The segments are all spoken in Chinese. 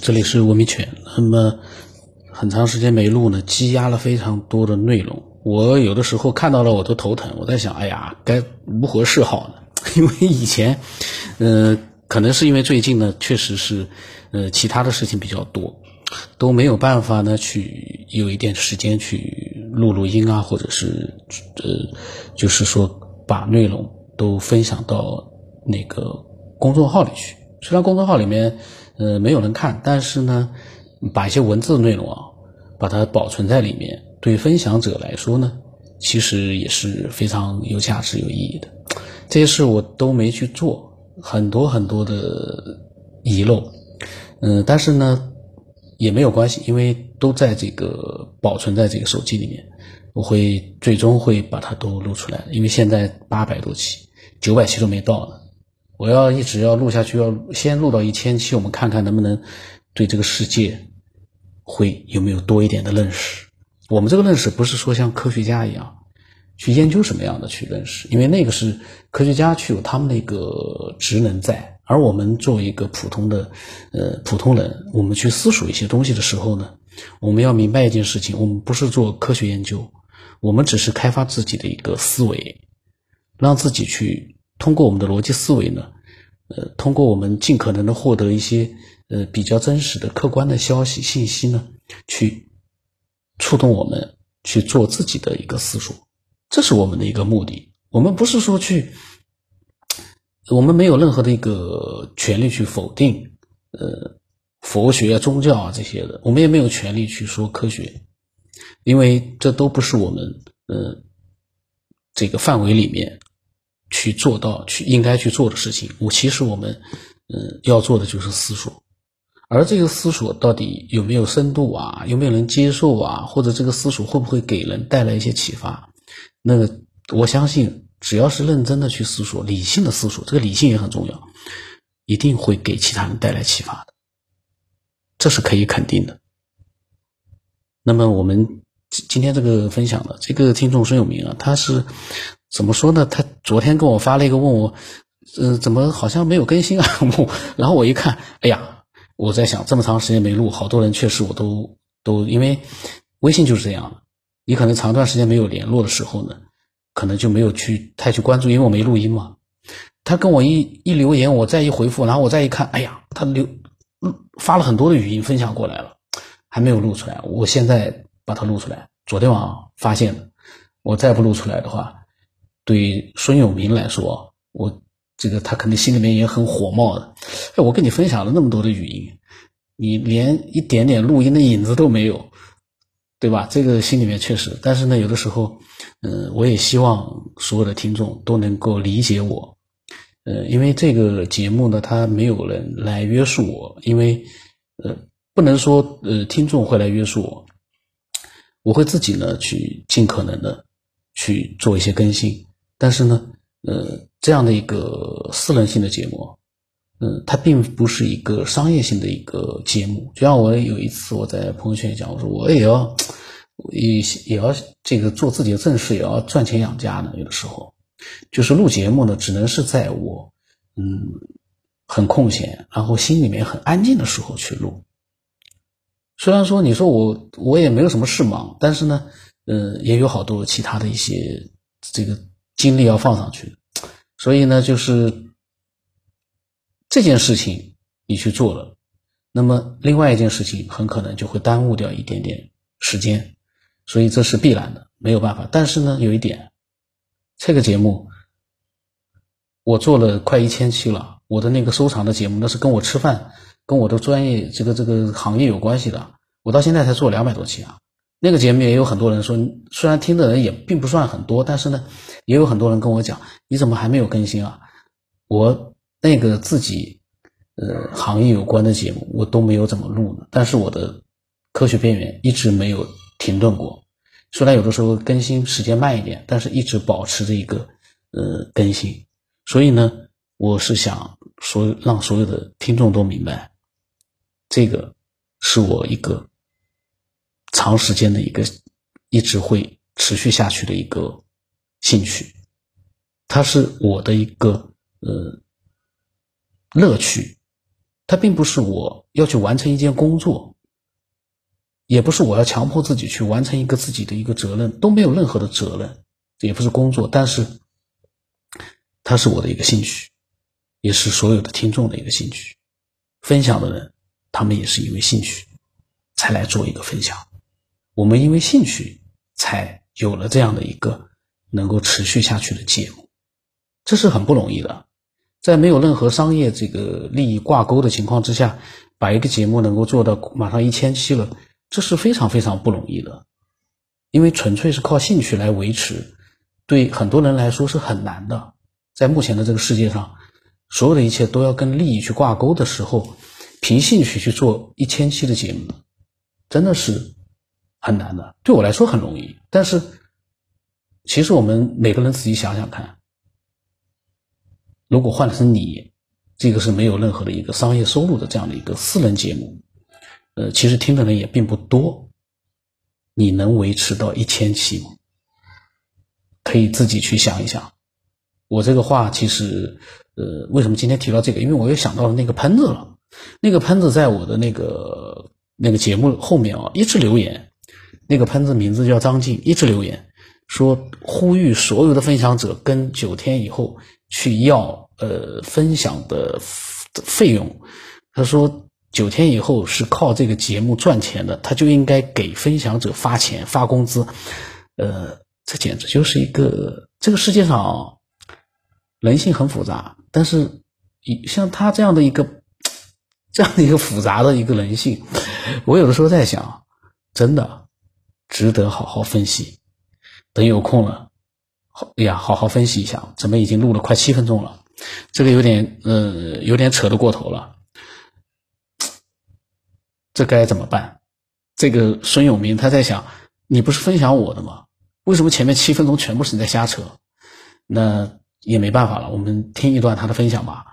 这里是文明犬。那么很长时间没录呢，积压了非常多的内容。我有的时候看到了我都头疼，我在想，哎呀，该如何是好呢？因为以前，可能是因为最近呢，确实是，其他的事情比较多，都没有办法呢去有一点时间去录音啊，或者是，就是说把内容都分享到那个公众号里去。虽然公众号里面没有人看，但是呢把一些文字的内容啊把它保存在里面，对分享者来说呢其实也是非常有价值有意义的。这些事我都没去做，很多的遗漏，但是呢也没有关系，因为都在这个保存在这个手机里面，我会最终会把它都录出来，因为现在800多期，900期都没到呢。我要一直要录下去，要先录到1000期，我们看看能不能对这个世界会有没有多一点的认识。我们这个认识不是说像科学家一样去研究什么样的去认识，因为那个是科学家去有他们的一个职能在，而我们作为一个普通人，我们去思索一些东西的时候呢，我们要明白一件事情，我们不是做科学研究，我们只是开发自己的一个思维，让自己去通过我们的逻辑思维呢，通过我们尽可能的获得一些比较真实的客观的消息信息呢，去触动我们去做自己的一个思索，这是我们的一个目的。我们不是说我们没有任何的一个权利去否定佛学宗教啊这些的，我们也没有权利去说科学，因为这都不是我们这个范围里面去做到应该去做的事情。其实我们要做的就是思索，而这个思索到底有没有深度啊，有没有人接受啊，或者这个思索会不会给人带来一些启发，那个我相信只要是认真的去思索，理性的思索，这个理性也很重要，一定会给其他人带来启发的，这是可以肯定的。那么我们今天这个分享的这个听众孙有明啊，他是怎么说呢？他昨天跟我发了一个问我，怎么好像没有更新啊？然后我一看，哎呀，我在想这么长时间没录，好多人确实我都因为微信就是这样的，你可能长段时间没有联络的时候呢，可能就没有太去关注，因为我没录音嘛。他跟我一留言，我再一回复，然后我再一看，哎呀，他发了很多的语音分享过来了，还没有录出来，我现在把它录出来，昨天晚上发现的。我再不录出来的话，对孙有明来说，我这个他肯定心里面也很火冒的。我跟你分享了那么多的语音，你连一点点录音的影子都没有，对吧？这个心里面确实，但是呢，有的时候，我也希望所有的听众都能够理解我，因为这个节目呢，它没有人来约束我，因为不能说听众会来约束我，我会自己呢去尽可能的去做一些更新，但是呢，这样的一个私人性的节目，它并不是一个商业性的一个节目。就像我有一次我在朋友圈讲，我说我也要这个做自己的正事，也要赚钱养家呢。有的时候，就是录节目呢，只能是在我很空闲，然后心里面很安静的时候去录。虽然说你说我也没有什么事忙，但是呢，也有好多其他的一些这个精力要放上去，所以呢，就是这件事情你去做了，那么另外一件事情很可能就会耽误掉一点点时间，所以这是必然的，没有办法。但是呢，有一点，这个节目我做了快1000期了，我的那个收藏的节目，那是跟我吃饭跟我的专业这个行业有关系的，我到现在才做200多期啊。那个节目也有很多人说，虽然听的人也并不算很多，但是呢，也有很多人跟我讲，你怎么还没有更新啊？我那个自己行业有关的节目我都没有怎么录呢，但是我的科学边缘一直没有停顿过，虽然有的时候更新时间慢一点，但是一直保持着一个更新。所以呢，我是想让所有的听众都明白，这个是我一个长时间的一个一直会持续下去的一个兴趣，它是我的一个乐趣， 它并不是我要去完成一件工作，也不是我要强迫自己去完成一个自己的一个责任，都没有任何的责任，这也不是工作，但是它是我的一个兴趣，也是所有的听众的一个兴趣。分享的人，他们也是因为兴趣才来做一个分享，我们因为兴趣才有了这样的一个能够持续下去的节目，这是很不容易的。在没有任何商业这个利益挂钩的情况之下，把一个节目能够做到马上1000期了，这是非常非常不容易的。因为纯粹是靠兴趣来维持，对很多人来说是很难的。在目前的这个世界上，所有的一切都要跟利益去挂钩的时候，凭兴趣去做1000期的节目，真的是很难的。对我来说很容易，但是其实我们每个人自己想想看，如果换成你，这个是没有任何的一个商业收入的这样的一个私人节目，其实听的人也并不多，你能维持到1000期吗？可以自己去想一想。我这个话其实为什么今天提到这个，因为我又想到了那个喷子了。那个喷子在我的那个节目后面一直留言，那个喷子名字叫张静，一直留言说呼吁所有的分享者跟9天以后去要分享的费用。他说9天以后是靠这个节目赚钱的，他就应该给分享者发钱发工资。这简直就是一个，这个世界上人性很复杂，但是像他这样的一个复杂的一个人性，我有的时候在想，真的值得好好分析。等有空了好好分析一下。咱们已经录了快7分钟了，这个有点扯得过头了，这该怎么办？这个孙永明他在想，你不是分享我的吗？为什么前面7分钟全部是你在瞎扯？那也没办法了，我们听一段他的分享吧。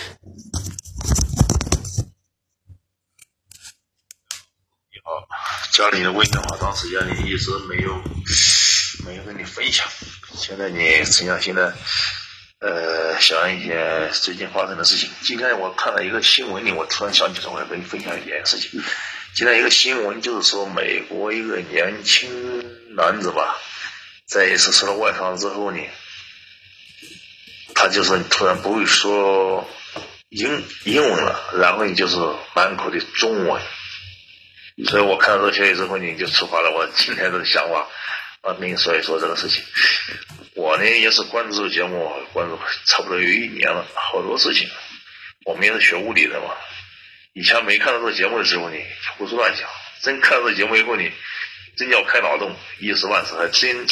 你好，家里的问题好长时间你一直没有跟你分享，现在你陈想现在想一些最近发生的事情。今天我看了一个新闻里，我突然想起来，我要跟你分享一件事情。今天一个新闻就是说，美国一个年轻男子吧，在一次吃了晚饭之后呢，他就是突然不会说英文了，然后你就是满口的中文。所以我看到这个消息之后呢，就触发了我今天的想法，跟你说一说这个事情。我呢也是关注这个节目，关注差不多有1年了，好多事情。我们也是学物理的嘛，以前没看到这个节目的时候呢，胡说乱讲。真看到这个节目以后呢，真叫开脑洞，一时半时还真。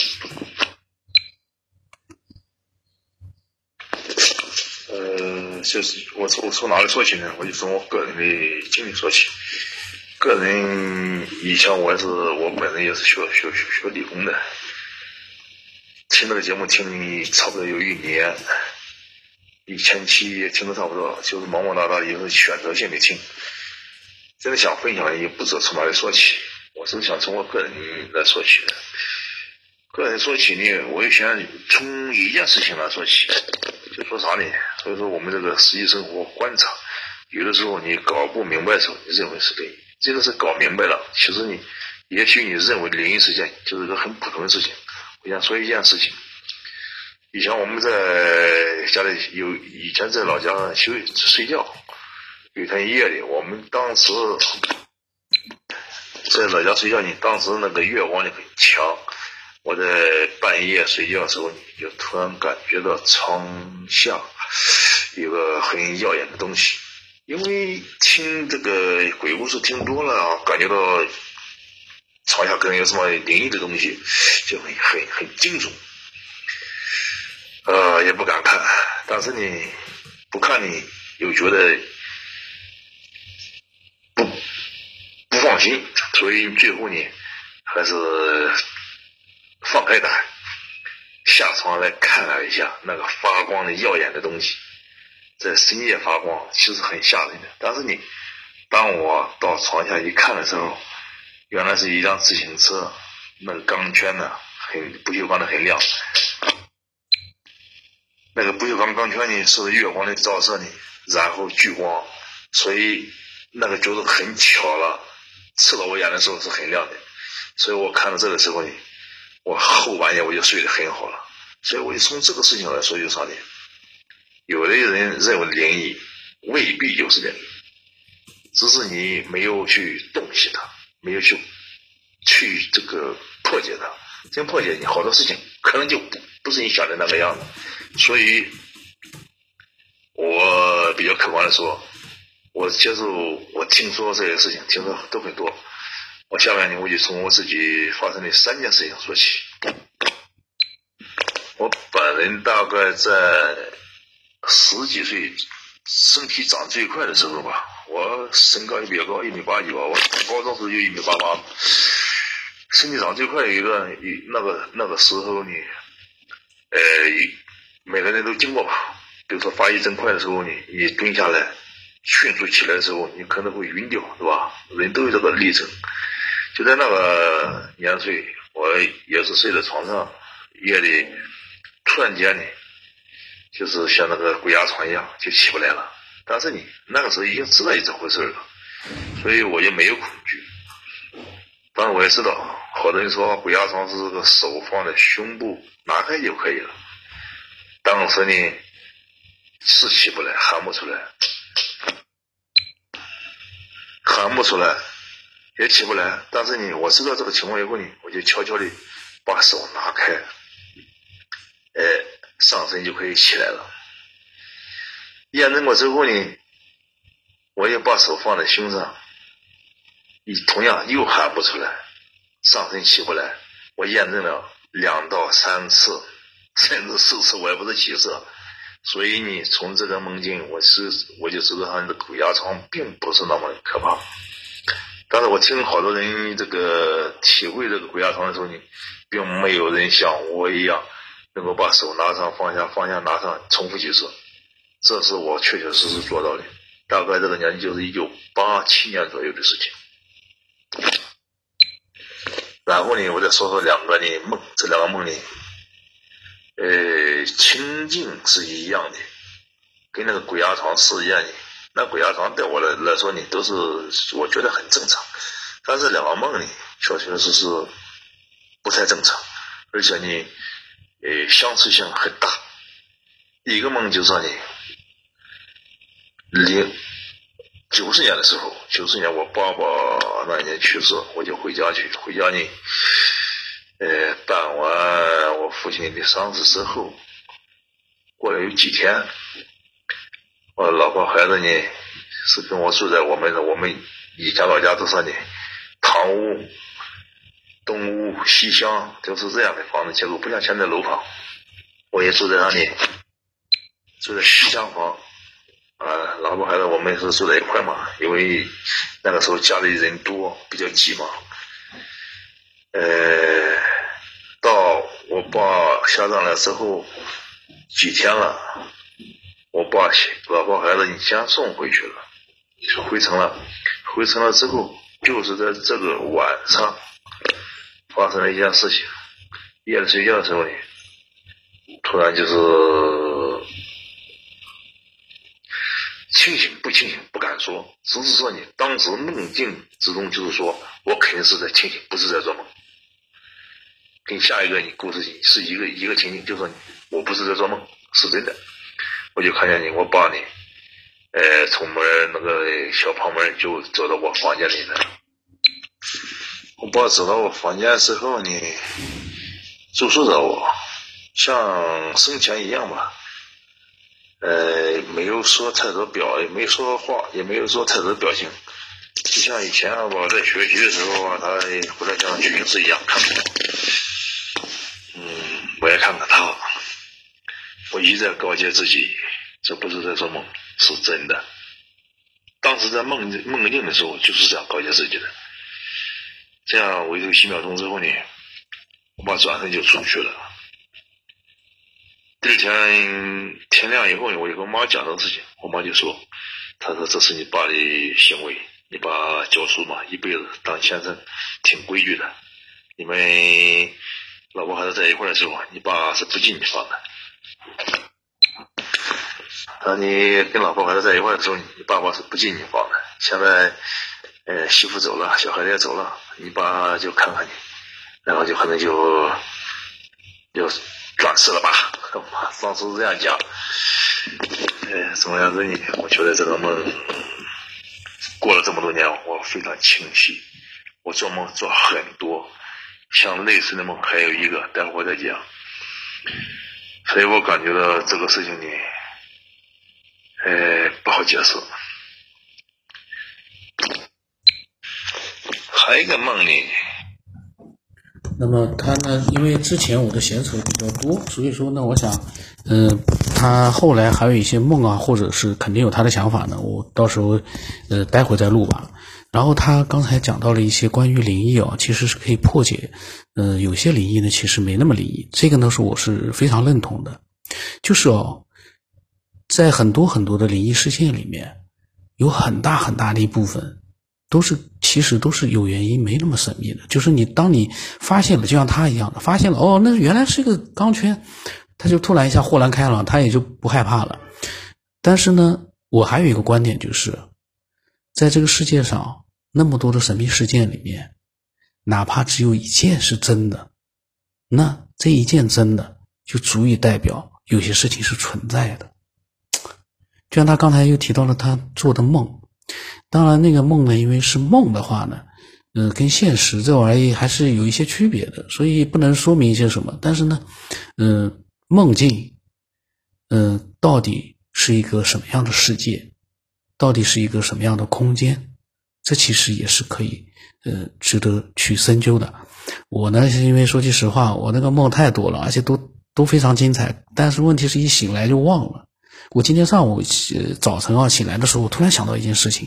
就是我从哪里说起呢？我就从我个人的经历说起。个人以前我本人也是学理工的，听这个节目听差不多有1年，1000期也听得差不多，就是忙忙叨叨也是选择性的听。真的想分享也不知道从哪里说起，我是想从我个人来说起的。个人说起呢，我也想从一件事情来说起，就说啥呢？所以说我们这个实际生活观察，有的时候你搞不明白的时候，你认为是对，真的是搞明白了，其实也许你认为灵异事件就是一个很普通的事情。我想说一件事情，以前我们在家里以前在老家睡觉，有一天夜里，我们当时在老家睡觉，你当时那个月光就很强。我在半夜睡觉的时候，你就突然感觉到床下有个很耀眼的东西。因为听这个鬼故事听多了，感觉到床下可能有什么灵异的东西，就很惊悚。也不敢看，但是你不看你又觉得不放心，所以最后你还是放开胆下床来看了一下那个发光的耀眼的东西，在深夜发光，其实很吓人的。但是当我到床下一看的时候，原来是一辆自行车，那个钢圈呢，不锈钢的很亮，那个不锈钢钢圈呢是月光的照射呢，然后聚光所以那个就是很巧了，刺到我眼的时候是很亮的，所以我看到这个时候呢，我后半夜我就睡得很好了。所以我就从这个事情来说，就是啥呢？有的人认为灵异未必就是灵异，只是你没有去洞悉它，没有去这个破解它。真破解，你好多事情可能就不是你想的那个样子。所以我比较客观的说，我听说这些事情听说都很多。我下面呢，我就从我自己发生的3件事情说起。我本人大概在10几岁身体长最快的时候吧，我身高也比较高，1.81米吧，我高中时候就1.88米。身体长最快的那个时候呢，每个人都经过吧。比如说发育增快的时候，你蹲下来迅速起来的时候，你可能会晕掉，对吧？人都有这个历程。就在那个年岁，我也是睡在床上，夜里突然间呢，就是像那个鬼压床一样，就起不来了。但是你那个时候已经知道这回事了，所以我就没有恐惧。当然我也知道，好多人说鬼压床是这个手放在胸部拿开就可以了。当时呢是起不来，喊不出来，也起不来。但是呢，我知道这个情况以后呢，我就悄悄地把手拿开，上身就可以起来了。验证过之后呢，我也把手放在胸上，同样又喊不出来，上身起不来。我验证了2到3次，甚至4次，我也不是几次。所以呢，从这个梦境我就知道他的鬼压床并不是那么可怕。但是我听好多人这个体会这个鬼压床的时候呢，并没有人像我一样能够把手拿上放下放下拿上重复几次，这是我确确实实做到的。大概这个年纪就是1987年左右的事情。然后呢，我再说说2个呢梦，这2个梦呢，情境是一样的，跟那个鬼压床是一样的。那鬼压床对我来说呢，都是我觉得很正常，但是2个梦呢，确确实实不太正常，而且呢，相似性很大。一个梦就是说呢，90年的时候，90年我爸爸那年去世，我就回家呢，办完我父亲的丧事之后，过了有几天，我老婆孩子呢是跟我住在我们以前老家都是呢，堂屋、东屋、西厢，都是这样的房子结构，不像现在楼房。我也住在那里，住在西厢房。老婆孩子我们是住在一块嘛，因为那个时候家里人多，比较急嘛。到我爸下葬了之后几天了，我爸老婆孩子你先送回去了，就回城了。回城了之后，就是在这个晚上发生了一件事情。夜里睡觉的时候呢，突然就是清醒不清醒不敢说，只是说你当时梦境之中就是说我肯定是在清醒，不是在做梦。跟下一个你故事是一个情景，就是说我不是在做梦，是真的。我就看见你我爸呢，从门那个小旁门就走到我房间里来。我爸走到我房间之后呢，注视着我，像生前一样吧。没有说太多也没说话，也没有说太多表情，就像以前我在学习的时候啊，他回来像巡视一样看看我。我也看看他。我一再告诫自己，这不是在做梦，是真的。当时在梦境的时候，就是这样告诫自己的。这样维持几秒钟之后呢，我爸转身就出去了。第二天天亮以后呢，我就跟我妈讲这个事情，我妈就说，她说这是你爸的行为，你爸教书嘛，一辈子当先生，挺规矩的。你们老婆孩子在一块的时候，你爸是不进你房的。 当你跟老婆孩子在一块的时候，你爸爸是不进你房的。现在媳妇走了，小孩子也走了，你爸就看看你，然后就可能就转世了吧。当初是这样讲。怎么样子你？我觉得这个梦过了这么多年，我非常清晰。我做梦做很多，像类似的梦还有一个，待会儿我再讲。所以我感觉到这个事情呢，不好解释。还有一个梦呢， 那么他呢，因为之前我的闲扯比较多，所以说呢，我想，他后来还有一些梦啊，或者是肯定有他的想法呢，我到时候待会再录吧。然后他刚才讲到了一些关于灵异啊，其实是可以破解，有些灵异呢其实没那么灵异，这个呢是我是非常认同的。就是在很多很多的灵异事件里面，有很大很大的一部分其实都是有原因，没那么神秘的。就是当你发现了，就像他一样的发现了，那原来是一个钢圈，他就突然一下豁然开朗，他也就不害怕了。但是呢，我还有一个观点，就是在这个世界上那么多的神秘事件里面，哪怕只有一件是真的，那这一件真的就足以代表有些事情是存在的。就像他刚才又提到了他做的梦，当然那个梦呢，因为是梦的话呢，跟现实这玩意还是有一些区别的，所以不能说明一些什么。但是呢，梦境，到底是一个什么样的世界，到底是一个什么样的空间，这其实也是可以值得去深究的。我呢是因为说句实话，我那个梦太多了，而且都非常精彩，但是问题是一醒来就忘了。我今天上午早晨起来的时候，我突然想到一件事情，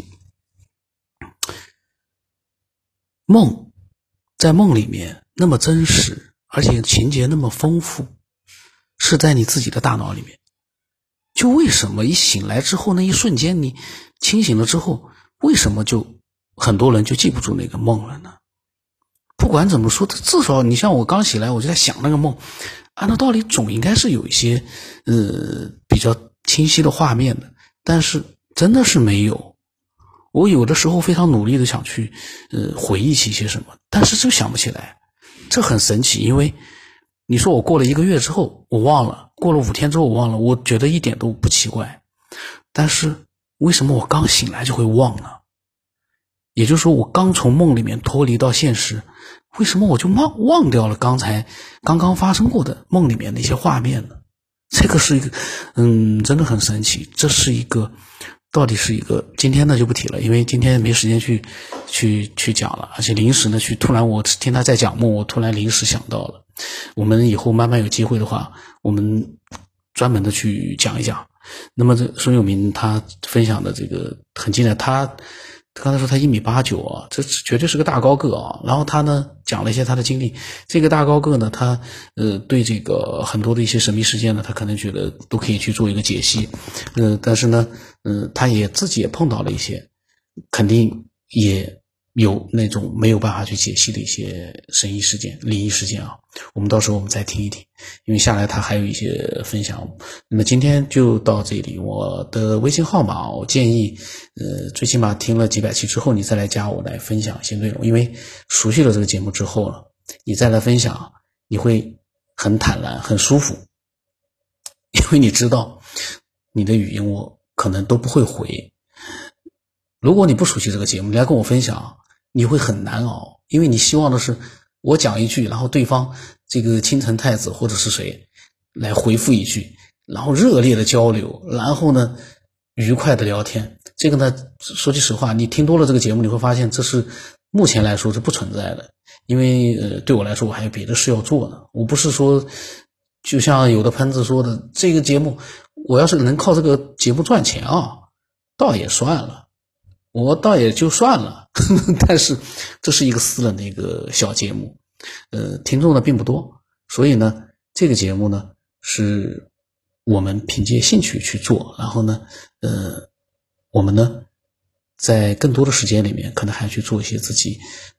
梦在梦里面那么真实，而且情节那么丰富，是在你自己的大脑里面，就为什么一醒来之后那一瞬间，你清醒了之后，为什么就很多人就记不住那个梦了呢？不管怎么说，至少你像我刚起来，我就在想那个梦，按照道理总应该是有一些比较清晰的画面的，但是真的是没有。我有的时候非常努力的想去回忆起一些什么，但是就想不起来，这很神奇。因为你说我过了1个月之后我忘了，过了5天之后我忘了，我觉得一点都不奇怪。但是为什么我刚醒来就会忘呢？也就是说我刚从梦里面脱离到现实，为什么我就忘掉了刚刚发生过的梦里面的一些画面呢？这个是一个真的很神奇。这是一个到底是一个，今天呢就不提了，因为今天没时间去讲了，而且临时呢突然我听他在讲梦，我突然临时想到了，我们以后慢慢有机会的话，我们专门的去讲一讲。那么这孙友民他分享的这个很精彩，他刚才说他1.89米啊，这绝对是个大高个啊。然后他呢讲了一些他的经历，这个大高个呢，他对这个很多的一些神秘事件呢，他可能觉得都可以去做一个解析，但是呢，他也自己也碰到了一些，肯定也有那种没有办法去解析的一些神异事件、灵异事件啊。我们到时候我们再听一听，因为下来他还有一些分享。那么今天就到这里，我的微信号码我建议最起码听了几百期之后你再来加我来分享一些内容，因为熟悉了这个节目之后呢，你再来分享你会很坦然很舒服，因为你知道你的语音我可能都不会回。如果你不熟悉这个节目，你来跟我分享你会很难熬，因为你希望的是我讲一句，然后对方这个青城太子或者是谁来回复一句，然后热烈的交流，然后呢愉快的聊天。这个呢说句实话，你听多了这个节目，你会发现这是目前来说是不存在的，因为对我来说我还有别的事要做呢。我不是说就像有的喷子说的，这个节目我要是能靠这个节目赚钱啊，倒也算了，我倒也就算了但是这是一个私人的一个小节目，听众呢并不多，所以呢这个节目呢是我们凭借兴趣去做，然后呢我们呢在更多的时间里面可能还去做一些自己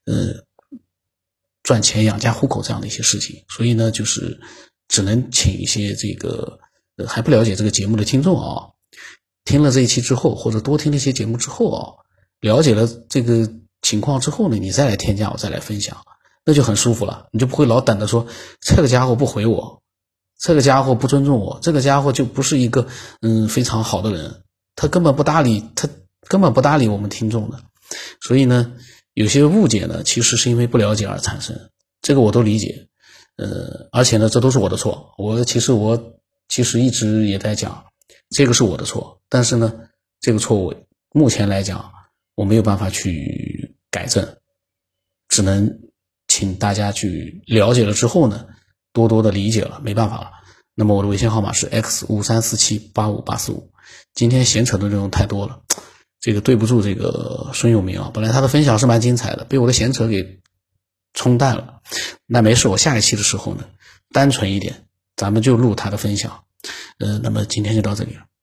赚钱养家糊口这样的一些事情，所以呢就是只能请一些这个还不了解这个节目的听众啊， 听了这一期之后，或者多听了一些节目之后啊，了解了这个情况之后呢，你再来添加我，再来分享，那就很舒服了，你就不会老等着说这个家伙不回我，这个家伙不尊重我，这个家伙就不是一个非常好的人，他根本不搭理我们听众的。所以呢，有些误解呢，其实是因为不了解而产生，这个我都理解。而且呢，这都是我的错。我其实一直也在讲，这个是我的错。但是呢，这个错误目前来讲，我没有办法去改正，只能请大家去了解了之后呢，多多的理解了，没办法了。那么我的微信号码是 x5347858545。今天闲扯的内容太多了，这个对不住这个孙永明啊，本来他的分享是蛮精彩的，被我的闲扯给冲淡了。那没事，我下一期的时候呢，单纯一点，咱们就录他的分享。那么今天就到这里了。